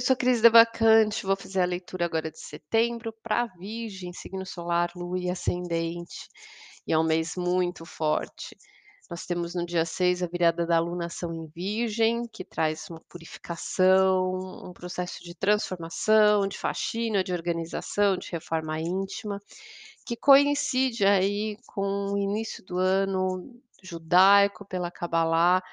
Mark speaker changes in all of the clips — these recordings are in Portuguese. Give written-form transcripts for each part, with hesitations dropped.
Speaker 1: sou Cris Devacante, vou fazer a leitura agora de setembro para Virgem, signo solar, lua e ascendente, e é um mês muito forte. Nós temos no dia 6 a virada da lunação em Virgem, que traz uma purificação, um processo de transformação, de faxina, de organização, de reforma íntima, que coincide aí com o início do ano judaico pela Cabalá,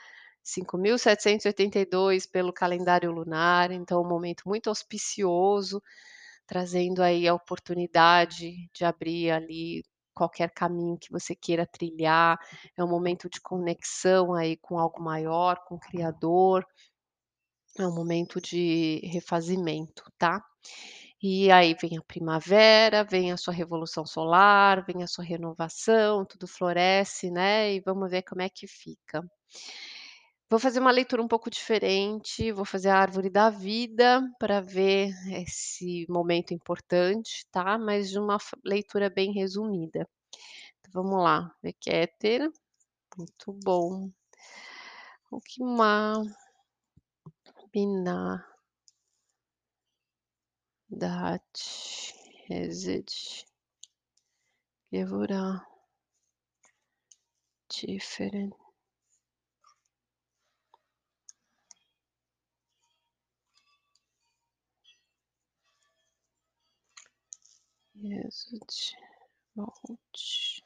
Speaker 1: 5.782 pelo calendário lunar, então um momento muito auspicioso, trazendo aí a oportunidade de abrir ali qualquer caminho que você queira trilhar. É um momento de conexão aí com algo maior, com o criador, é um momento de refazimento, tá. E aí vem a primavera, vem a sua revolução solar, vem a sua renovação, tudo floresce, né, e vamos ver como é que fica. Vou fazer uma leitura um pouco diferente, vou fazer a árvore da vida para ver esse momento importante, tá, mas de uma leitura bem resumida. Então vamos lá, Beketer, muito bom. O que Binah, Dat, Hesed, Gevurah, Tiferet. Yesod, Malchut.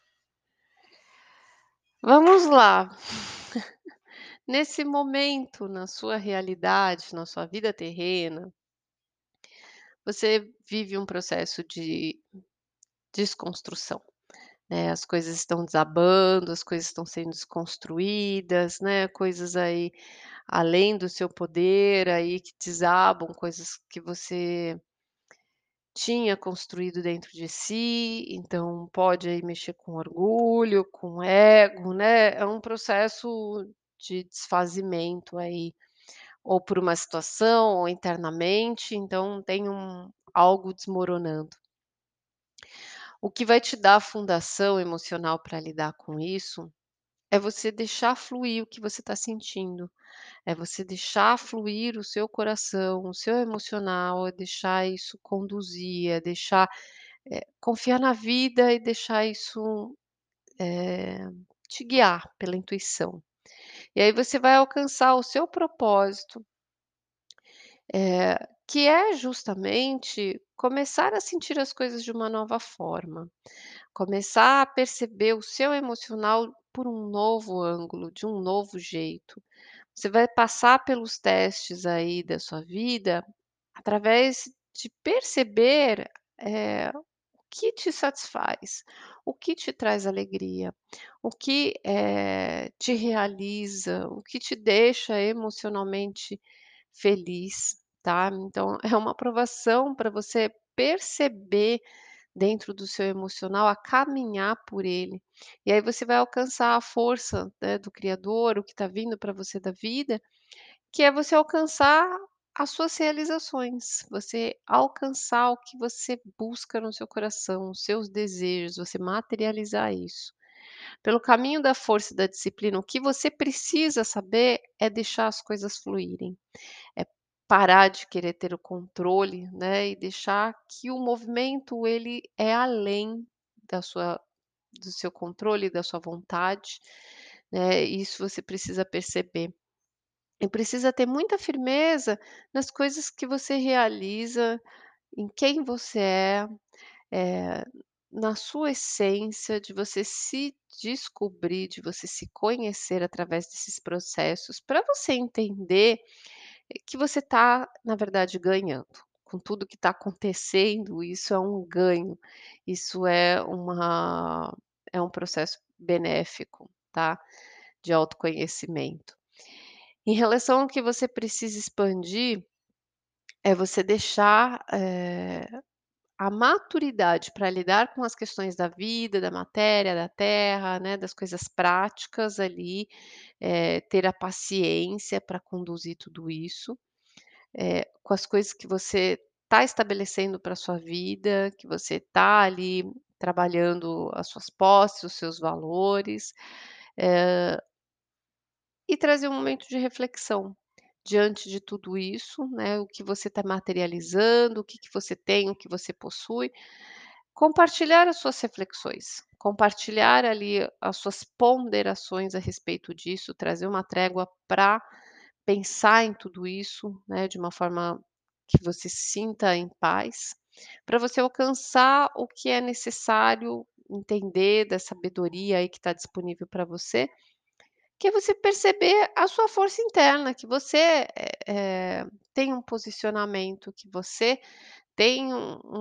Speaker 1: Vamos lá. Nesse momento, na sua realidade, na sua vida terrena, você vive um processo de desconstrução, né, as coisas estão desabando, as coisas estão sendo desconstruídas, né, coisas aí além do seu poder aí que desabam, coisas que você tinha construído dentro de si, então pode aí mexer com orgulho, com ego, né, é um processo de desfazimento aí, ou por uma situação ou internamente, então tem algo desmoronando. O que vai te dar a fundação emocional para lidar com isso, é você deixar fluir o que você está sentindo, é você deixar fluir o seu coração, o seu emocional, é deixar isso conduzir, é deixar, confiar na vida e deixar isso, eh, te guiar pela intuição. E aí você vai alcançar o seu propósito, que é justamente começar a sentir as coisas de uma nova forma. Começar a perceber o seu emocional por um novo ângulo, de um novo jeito. Você vai passar pelos testes aí da sua vida, através de perceber, o que te satisfaz, o que te traz alegria, o que, te realiza, o que te deixa emocionalmente feliz, tá. Então é uma aprovação para você perceber dentro do seu emocional, a caminhar por ele. E aí você vai alcançar a força, né, do criador, o que está vindo para você da vida, que é você alcançar as suas realizações, você alcançar o que você busca no seu coração, os seus desejos, você materializar isso. Pelo caminho da força e da disciplina, o que você precisa saber é deixar as coisas fluírem, é parar de querer ter o controle, né, e deixar que o movimento ele é além da sua do seu controle, da sua vontade, né, isso você precisa perceber. E precisa ter muita firmeza nas coisas que você realiza, em quem você é, eh, na sua essência, de você se descobrir, de você se conhecer através desses processos, para você entender que você está, na verdade, ganhando. Com tudo que está acontecendo, isso é um ganho, isso é um processo benéfico, tá, de autoconhecimento. Em relação ao que você precisa expandir, é você deixar, a maturidade para lidar com as questões da vida, da matéria, da terra, né, das coisas práticas ali, ter a paciência para conduzir tudo isso, com as coisas que você está estabelecendo para sua vida, que você está ali trabalhando as suas posses, os seus valores, e trazer um momento de reflexão, diante de tudo isso, né, o que você está materializando, o que que você tem, o que você possui, compartilhar as suas reflexões, compartilhar ali as suas ponderações a respeito disso, trazer uma trégua para pensar em tudo isso, né, de uma forma que você se sinta em paz, para você alcançar o que é necessário entender da sabedoria aí que está disponível para você, que é você perceber a sua força interna, que você, tem um posicionamento, que você tem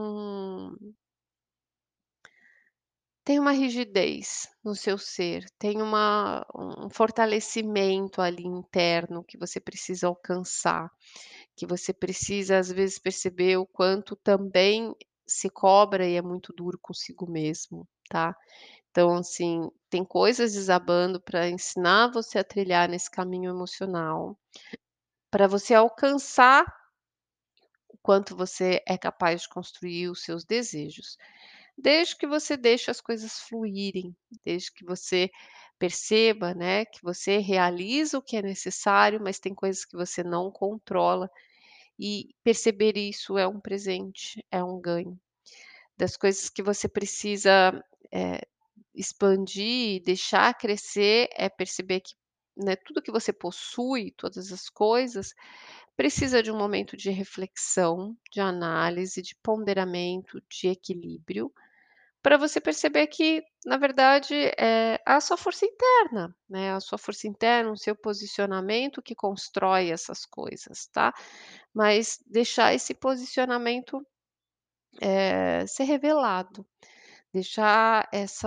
Speaker 1: tem uma rigidez no seu ser, tem um fortalecimento ali interno que você precisa alcançar, que você precisa às vezes perceber o quanto também se cobra e é muito duro consigo mesmo, tá. Então, assim, tem coisas desabando para ensinar você a trilhar nesse caminho emocional, para você alcançar o quanto você é capaz de construir os seus desejos. Desde que você deixe as coisas fluírem, desde que você perceba, né, que você realiza o que é necessário, mas tem coisas que você não controla, e perceber isso é um presente, é um ganho. Das coisas que você precisa, eh, expandir e deixar crescer, é perceber que, né, tudo que você possui, todas as coisas, precisa de um momento de reflexão, de análise, de ponderamento, de equilíbrio, para você perceber que, na verdade, é a sua força interna, né, a sua força interna, o seu posicionamento que constrói essas coisas, tá. Mas deixar esse posicionamento, ser revelado, deixar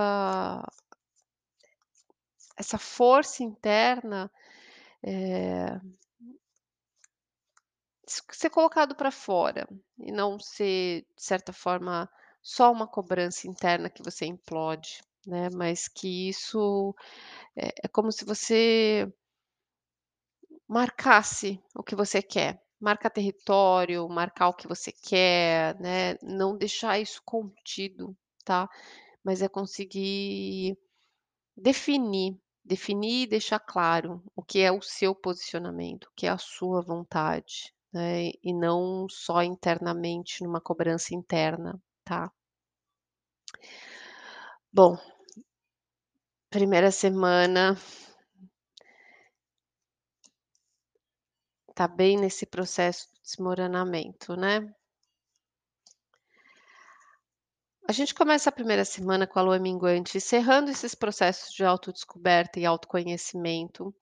Speaker 1: essa força interna, eh, ser colocado para fora, e não ser, de certa forma, só uma cobrança interna que você implode, né, mas que isso é como se você marcasse o que você quer, marcar território, marcar o que você quer, né, não deixar isso contido, tá, mas é conseguir definir e deixar claro o que é o seu posicionamento, o que é a sua vontade, né, e não só internamente numa cobrança interna, tá. Bom, primeira semana tá bem nesse processo de desmoronamento, né. A gente começa a primeira semana com a lua minguante, encerrando esses processos de autodescoberta e autoconhecimento,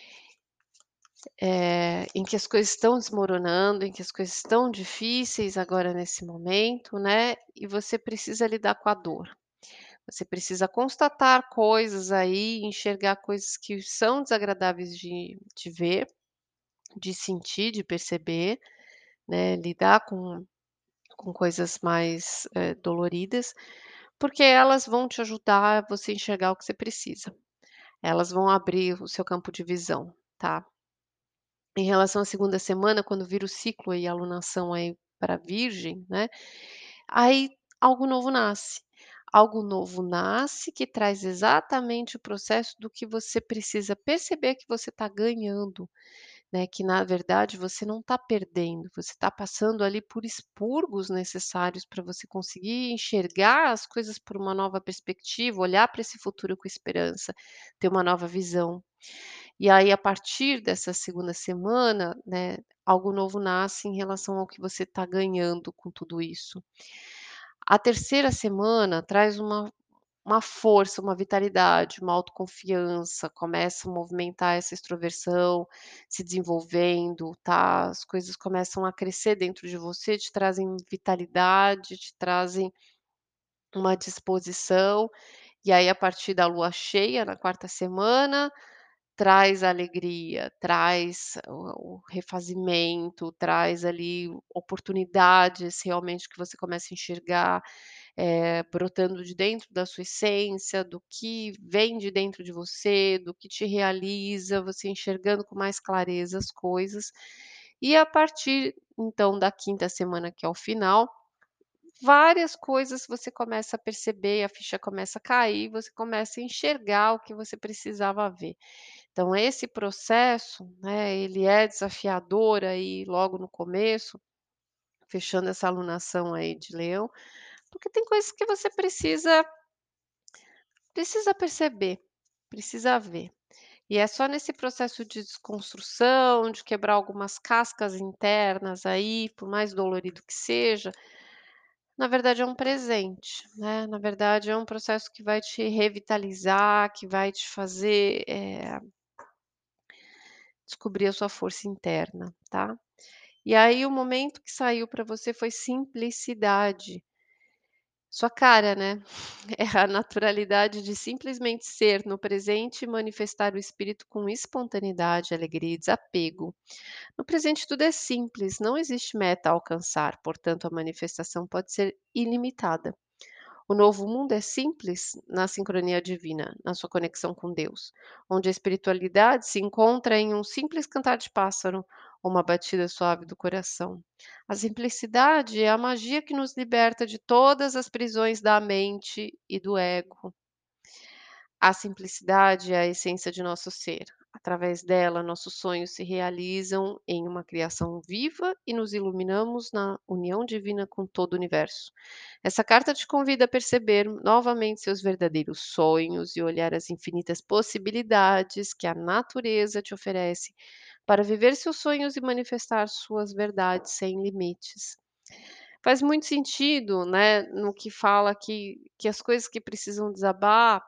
Speaker 1: em que as coisas estão desmoronando, em que as coisas estão difíceis agora nesse momento, né, e você precisa lidar com a dor. Você precisa constatar coisas aí, enxergar coisas que são desagradáveis de ver, de sentir, de perceber, né, lidar com coisas mais, doloridas, porque elas vão te ajudar a você enxergar o que você precisa. Elas vão abrir o seu campo de visão, tá. Em relação à segunda semana, quando vira o ciclo e a alunação aí para Virgem, né, aí algo novo nasce. Algo novo nasce que traz exatamente o processo do que você precisa perceber que você está ganhando, né, que na verdade você não está perdendo, você está passando ali por expurgos necessários para você conseguir enxergar as coisas por uma nova perspectiva, olhar para esse futuro com esperança, ter uma nova visão. E aí, a partir dessa segunda semana, né, algo novo nasce em relação ao que você está ganhando com tudo isso. A terceira semana traz uma força, uma vitalidade, uma autoconfiança, começa a movimentar essa extroversão, se desenvolvendo, tá, as coisas começam a crescer dentro de você, te trazem vitalidade, te trazem uma disposição, e aí a partir da lua cheia, na quarta semana, traz alegria, traz o refazimento, traz ali oportunidades realmente que você começa a enxergar, brotando de dentro da sua essência, do que vem de dentro de você, do que te realiza, você enxergando com mais clareza as coisas. E a partir então da quinta semana, que é o final, várias coisas você começa a perceber, a ficha começa a cair, você começa a enxergar o que você precisava ver. Então esse processo, né, ele é desafiador aí logo no começo, fechando essa alunação aí de Leão, porque tem coisas que você precisa perceber, precisa ver. E é só nesse processo de desconstrução, de quebrar algumas cascas internas aí, por mais dolorido que seja, na verdade é um presente, né, na verdade é um processo que vai te revitalizar, que vai te fazer, descobrir a sua força interna, tá. E aí o momento que saiu para você foi simplicidade, sua cara, né. É a naturalidade de simplesmente ser no presente e manifestar o espírito com espontaneidade, alegria e desapego. No presente tudo é simples, não existe meta a alcançar, portanto a manifestação pode ser ilimitada. O novo mundo é simples na sincronia divina, na sua conexão com Deus, onde a espiritualidade se encontra em um simples cantar de pássaro ou uma batida suave do coração. A simplicidade é a magia que nos liberta de todas as prisões da mente e do ego. A simplicidade é a essência de nosso ser. Através dela, nossos sonhos se realizam em uma criação viva e nos iluminamos na união divina com todo o universo. Essa carta te convida a perceber novamente seus verdadeiros sonhos e olhar as infinitas possibilidades que a natureza te oferece para viver seus sonhos e manifestar suas verdades sem limites. Faz muito sentido, né, no que fala que as coisas que precisam desabar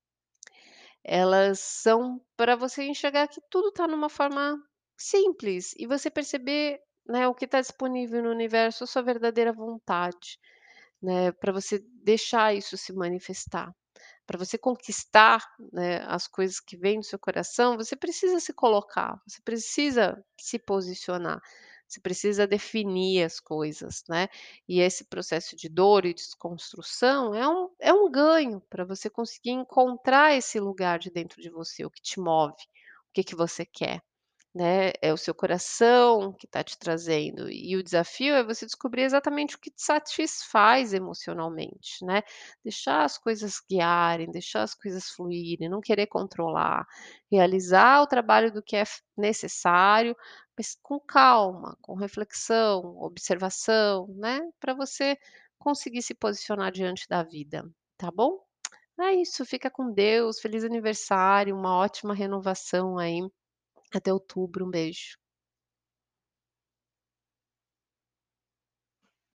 Speaker 1: elas são para você enxergar que tudo está numa forma simples e você perceber, né, o que está disponível no universo, a sua verdadeira vontade, né, para você deixar isso se manifestar. Para você conquistar, né, as coisas que vêm do seu coração, você precisa se colocar, você precisa se posicionar, você precisa definir as coisas, né. E esse processo de dor e desconstrução é um ganho para você conseguir encontrar esse lugar de dentro de você, o que te move, o que que você quer. Né, é o seu coração que está te trazendo, e o desafio é você descobrir exatamente o que te satisfaz emocionalmente, né. Deixar as coisas guiarem, deixar as coisas fluírem, não querer controlar, realizar o trabalho do que é necessário, mas com calma, com reflexão, observação, né, para você conseguir se posicionar diante da vida, tá bom? É isso, fica com Deus, feliz aniversário, uma ótima renovação aí. Até outubro, um beijo.